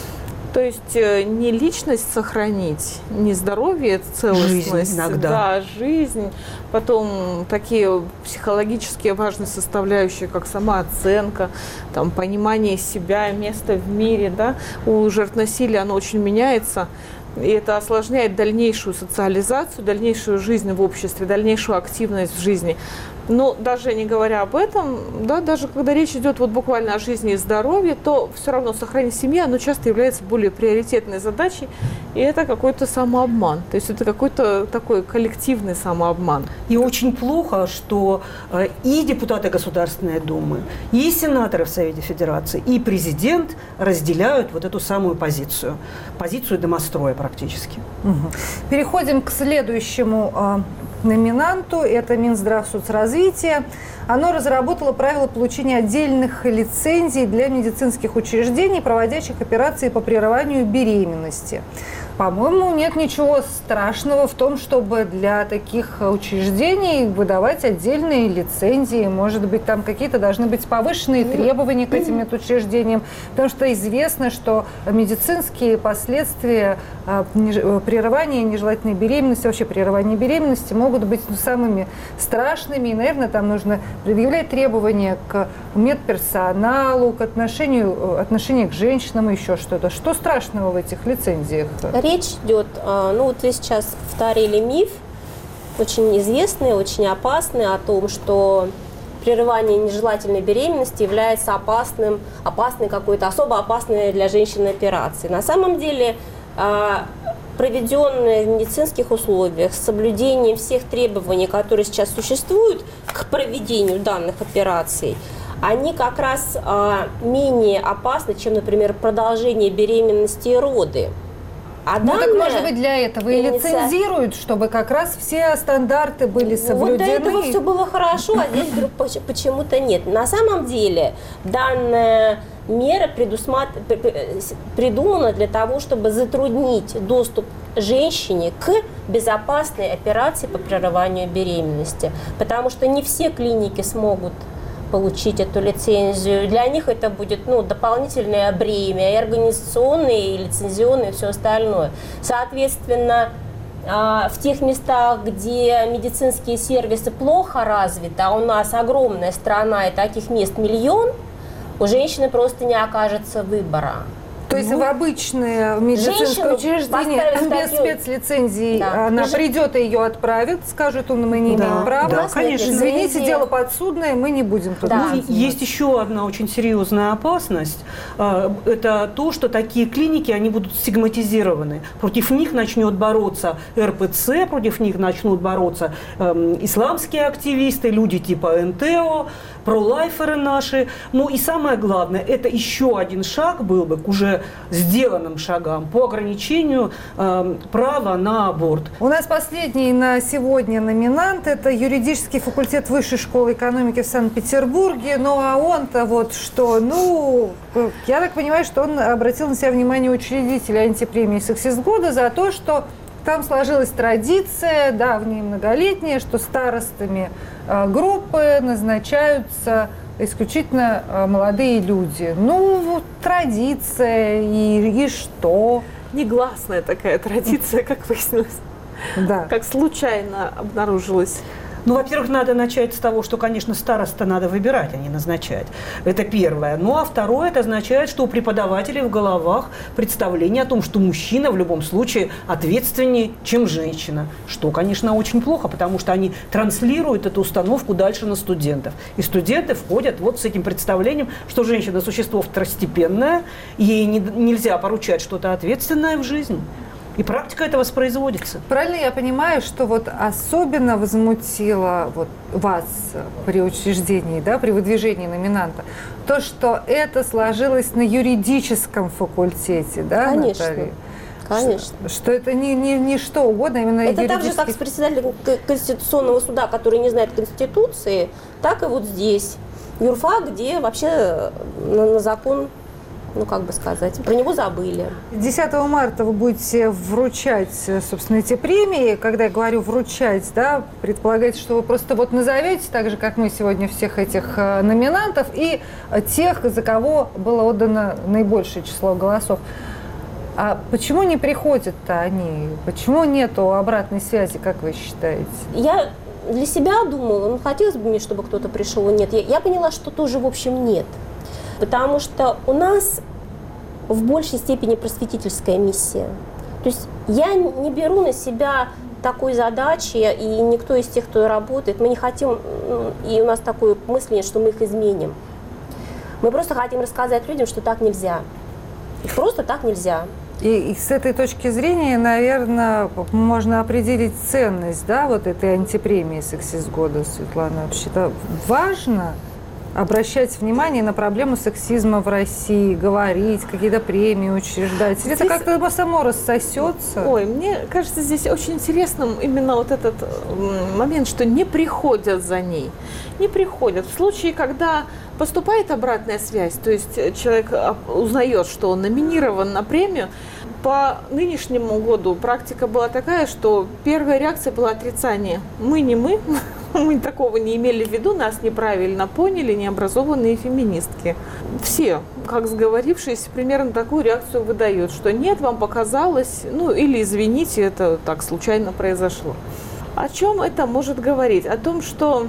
То есть не личность сохранить, не здоровье, целостность, жизнь иногда. Да, жизнь, потом такие психологические важные составляющие, как самооценка, там, понимание себя, место в мире, да, у жертв насилия оно очень меняется. И это осложняет дальнейшую социализацию, дальнейшую жизнь в обществе, дальнейшую активность в жизни. Но даже не говоря об этом, да, даже когда речь идет вот буквально о жизни и здоровье, то все равно сохранение семьи, оно часто является более приоритетной задачей, и это какой-то самообман. То есть это какой-то такой коллективный самообман. И очень плохо, что э, и депутаты Государственной Думы, и сенаторы в Совете Федерации, и президент разделяют вот эту самую позицию. Позицию домостроя практически. Угу. Переходим к следующему э, номинанту. Это Минздравсоцразвитие. Оно разработало правила получения отдельных лицензий для медицинских учреждений, проводящих операции по прерыванию беременности. По-моему, нет ничего страшного в том, чтобы для таких учреждений выдавать отдельные лицензии. Может быть, там какие-то должны быть повышенные требования к этим учреждениям, потому что известно, что медицинские последствия прерывания нежелательной беременности, вообще прерывания беременности могут быть ну, самыми страшными. И, наверное, там нужно предъявлять требования к медперсоналу, к отношению, отношению к женщинам и еще что-то. Что страшного в этих лицензиях? Речь идет, ну вот вы сейчас повторили миф, очень известный, очень опасный, о том, что прерывание нежелательной беременности является опасным, опасной какой-то особо опасной для женщины операцией. На самом деле, проведенные в медицинских условиях с соблюдением всех требований, которые сейчас существуют к проведению данных операций, они как раз менее опасны, чем, например, продолжение беременности и роды. А ну, данные, так, может быть, для этого и лицензируют, чтобы как раз все стандарты были соблюдены. Вот до этого все было хорошо, а здесь вдруг почему-то нет. На самом деле данная мера предусмат... придумана для того, чтобы затруднить доступ женщине к безопасной операции по прерыванию беременности. Потому что не все клиники смогут получить эту лицензию. Для них это будет ну, дополнительное бремя, и организационное, и лицензионное, и все остальное. Соответственно, в тех местах, где медицинские сервисы плохо развиты, а у нас огромная страна и таких мест миллион, у женщины просто не окажется выбора. То есть ну, в обычное медицинское учреждение без спецлицензии да. она Женщ... придет и ее отправят, скажут, мы не да. имеем права. Да, конечно. Извините, дело подсудное, мы не будем туда. Да. Есть еще одна очень серьезная опасность. Это то, что такие клиники, они будут стигматизированы. Против них начнет бороться эр пэ цэ, против них начнут бороться э, исламские активисты, люди типа эн тэ о, пролайферы наши. Ну и самое главное, это еще один шаг был бы к уже сделанным шагам по ограничению э, права на аборт. У нас последний на сегодня номинант – это юридический факультет Высшей школы экономики в Санкт-Петербурге. Ну а он-то вот что, ну, я так понимаю, что он обратил на себя внимание учредителя антипремии «Сексист года» за то, что там сложилась традиция, давняя и многолетняя, что старостами э, группы назначаются исключительно э, молодые люди. Ну, традиция, и, и что? Негласная такая традиция, как выяснилось. Да. Как случайно обнаружилась. Ну, во-первых, надо начать с того, что, конечно, староста надо выбирать, а не назначать. Это первое. Ну, а второе, это означает, что у преподавателей в головах представление о том, что мужчина в любом случае ответственнее, чем женщина. Что, конечно, очень плохо, потому что они транслируют эту установку дальше на студентов. И студенты входят вот с этим представлением, что женщина – существо второстепенное, ей не, нельзя поручать что-то ответственное в жизни. И практика это воспроизводится. Правильно я понимаю, что вот особенно возмутило вот вас при учреждении, да, при выдвижении номинанта, то, что это сложилось на юридическом факультете, да, Конечно. Наталья? Конечно. Что, что это не, не, не что угодно, именно это юридический... так же, как с председателем Конституционного суда, который не знает Конституции, так и вот здесь. Юрфак, где вообще на, на закон... Ну, как бы сказать, про него забыли. десятого марта вы будете вручать, собственно, эти премии. Когда я говорю вручать, да, предполагается, что вы просто вот назовете, так же, как мы сегодня, всех этих номинантов и тех, за кого было отдано наибольшее число голосов. А почему не приходят-то они? Почему нету обратной связи, как вы считаете? Я для себя думала, ну, хотелось бы мне, чтобы кто-то пришел, нет. Я, я поняла, что тоже, в общем, нет. Потому что у нас в большей степени просветительская миссия. То есть я не беру на себя такой задачи, и никто из тех, кто работает, мы не хотим, и у нас такое мышление, что мы их изменим. Мы просто хотим рассказать людям, что так нельзя. Просто так нельзя. И, и с этой точки зрения, наверное, можно определить ценность, да, вот этой антипремии «Сексист года», Светлана. Вообще-то важно обращать внимание на проблему сексизма в России, говорить, какие-то премии учреждать? Или здесь... это как-то само рассосется? Ой, мне кажется, здесь очень интересным именно вот этот момент, что не приходят за ней. Не приходят. В случае, когда поступает обратная связь, то есть человек узнает, что он номинирован на премию, по нынешнему году практика была такая, что первая реакция была отрицание. Мы не мы, мы такого не имели в виду, нас неправильно поняли необразованные феминистки. Все, как сговорившиеся, примерно такую реакцию выдают, что нет, вам показалось, ну или извините, это так случайно произошло. О чем это может говорить? О том, что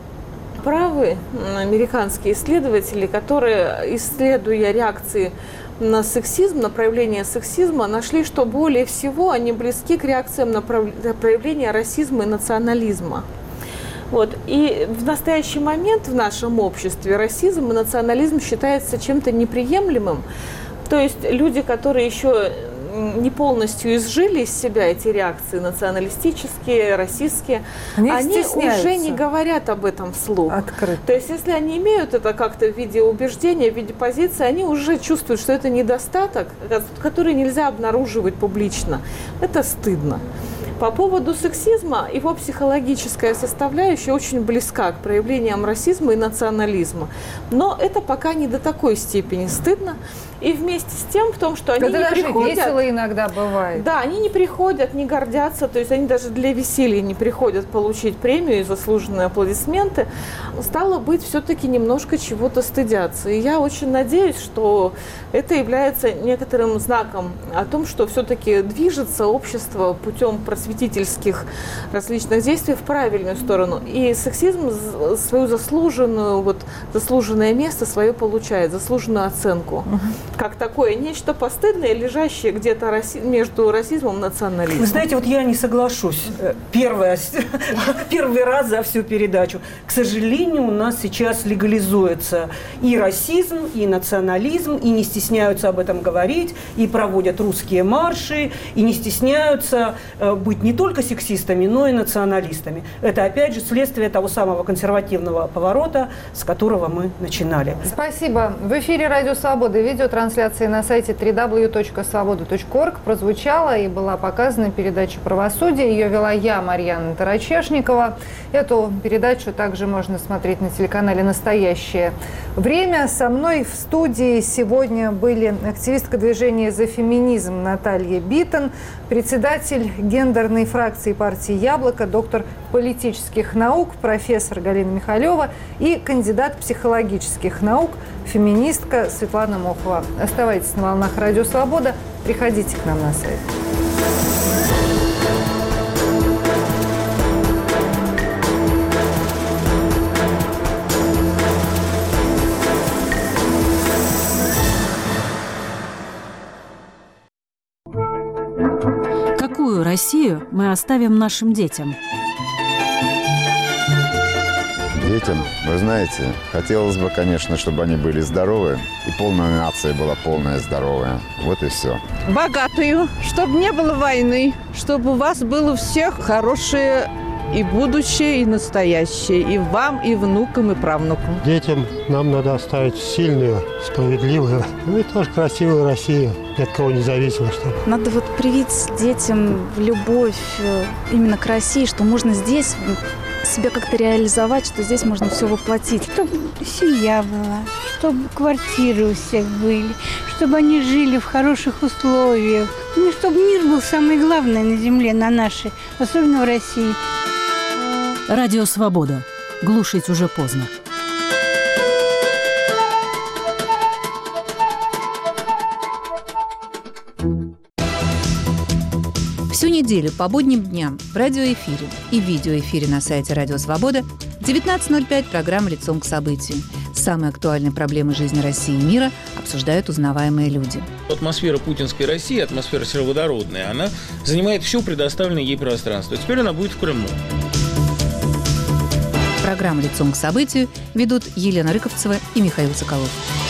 правы американские исследователи, которые, исследуя реакции на сексизм, на проявление сексизма, нашли, что более всего они близки к реакциям на проявление расизма и национализма. Вот. И в настоящий момент в нашем обществе расизм и национализм считаются чем-то неприемлемым. То есть люди, которые еще не полностью изжили из себя эти реакции националистические, расистские, они, они уже не говорят об этом вслух. Открыто. То есть если они имеют это как-то в виде убеждения, в виде позиции, они уже чувствуют, что это недостаток, который нельзя обнаруживать публично. Это стыдно. По поводу сексизма, его психологическая составляющая очень близка к проявлениям расизма и национализма. Но это пока не до такой степени стыдно. И вместе с тем, в том, что они это не даже приходят... весело иногда бывает. Да, они не приходят, не гордятся, то есть они даже для веселья не приходят получить премию и заслуженные аплодисменты. Стало быть, все-таки немножко чего-то стыдятся. И я очень надеюсь, что это является некоторым знаком о том, что все-таки движется общество путем просветительских различных действий в правильную сторону. И сексизм свою заслуженную, вот, заслуженное место свое получает, заслуженную оценку. Угу. Как такое нечто постыдное, лежащее где-то раси... между расизмом и национализмом. Вы знаете, вот я не соглашусь. Первое, первый раз за всю передачу. К сожалению, у нас сейчас легализуется и расизм, и национализм, и не стесняются об этом говорить, и проводят русские марши, и не стесняются быть не только сексистами, но и националистами. Это, опять же, следствие того самого консервативного поворота, с которого мы начинали. Спасибо. В эфире «Радио Свобода» видеотрансляции на сайте дабл ю дабл ю дабл ю точка свобода точка орг прозвучала и была показана передача «Правосудие». Ее вела я, Марьяна Тарачешникова. Эту передачу также можно смотреть на телеканале «Настоящее время». Со мной в студии сегодня были активистка движения «За феминизм» Наталья Биттон, председатель гендерной фракции партии «Яблоко», доктор политических наук, профессор Галина Михалева и кандидат психологических наук, феминистка Светлана Мохова. Оставайтесь на волнах «Радио Свобода». Приходите к нам на сайт. какую Россию мы оставим нашим детям? Детям, вы знаете, хотелось бы, конечно, чтобы они были здоровы, и полная нация была полная здоровая. Вот и все. Богатую, чтобы не было войны, чтобы у вас было у всех хорошее и будущее, и настоящее, и вам, и внукам, и правнукам. Детям нам надо оставить сильную, справедливую, ну и тоже красивую Россию, ни от кого не зависимо. Чтобы. Надо вот привить детям любовь именно к России, что можно здесь себя как-то реализовать, что здесь можно все воплотить. Чтобы семья была, чтобы квартиры у всех были, чтобы они жили в хороших условиях. Ну, чтобы мир был самое главное на земле, на нашей, особенно в России. Радио «Свобода». Глушить уже поздно. Всю неделю по будним дням в радиоэфире и видеоэфире на сайте «Радио Свобода» в девятнадцать ноль пять программа «Лицом к событию». Самые актуальные проблемы жизни России и мира обсуждают узнаваемые люди. Атмосфера путинской России, атмосфера сероводородная, она занимает все предоставленное ей пространство. Теперь она будет в Крыму. Программу «Лицом к событию» ведут Елена Рыковцева и Михаил Соколов.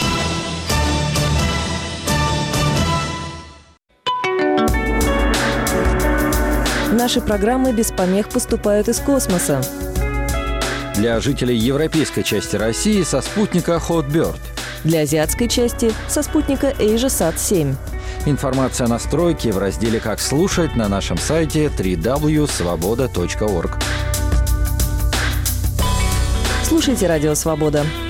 Наши программы без помех поступают из космоса. Для жителей европейской части России со спутника Hotbird. Для азиатской части со спутника AsiaSat семь. Информация о настройке в разделе «Как слушать» на нашем сайте дабл-ю дабл ю дабл ю точка свобода точка орг. Слушайте «Радио Свобода».